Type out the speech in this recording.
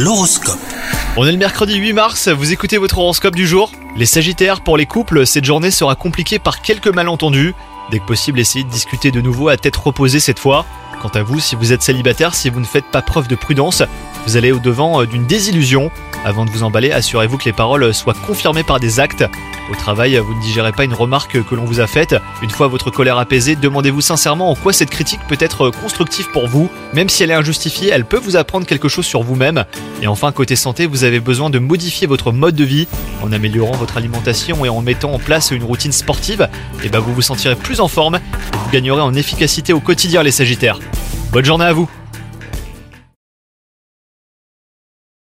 L'horoscope. On est le mercredi 8 mars, vous écoutez votre horoscope du jour. Les Sagittaires, pour les couples, cette journée sera compliquée par quelques malentendus. Dès que possible, essayez de discuter de nouveau à tête reposée cette fois. Quant à vous, si vous êtes célibataire, si vous ne faites pas preuve de prudence, vous allez au-devant d'une désillusion. Avant de vous emballer, assurez-vous que les paroles soient confirmées par des actes. Au travail, vous ne digérez pas une remarque que l'on vous a faite. Une fois votre colère apaisée, demandez-vous sincèrement en quoi cette critique peut être constructive pour vous. Même si elle est injustifiée, elle peut vous apprendre quelque chose sur vous-même. Et enfin, côté santé, vous avez besoin de modifier votre mode de vie. En améliorant votre alimentation et en mettant en place une routine sportive, vous vous sentirez plus en forme et vous gagnerez en efficacité au quotidien les Sagittaires. Bonne journée à vous!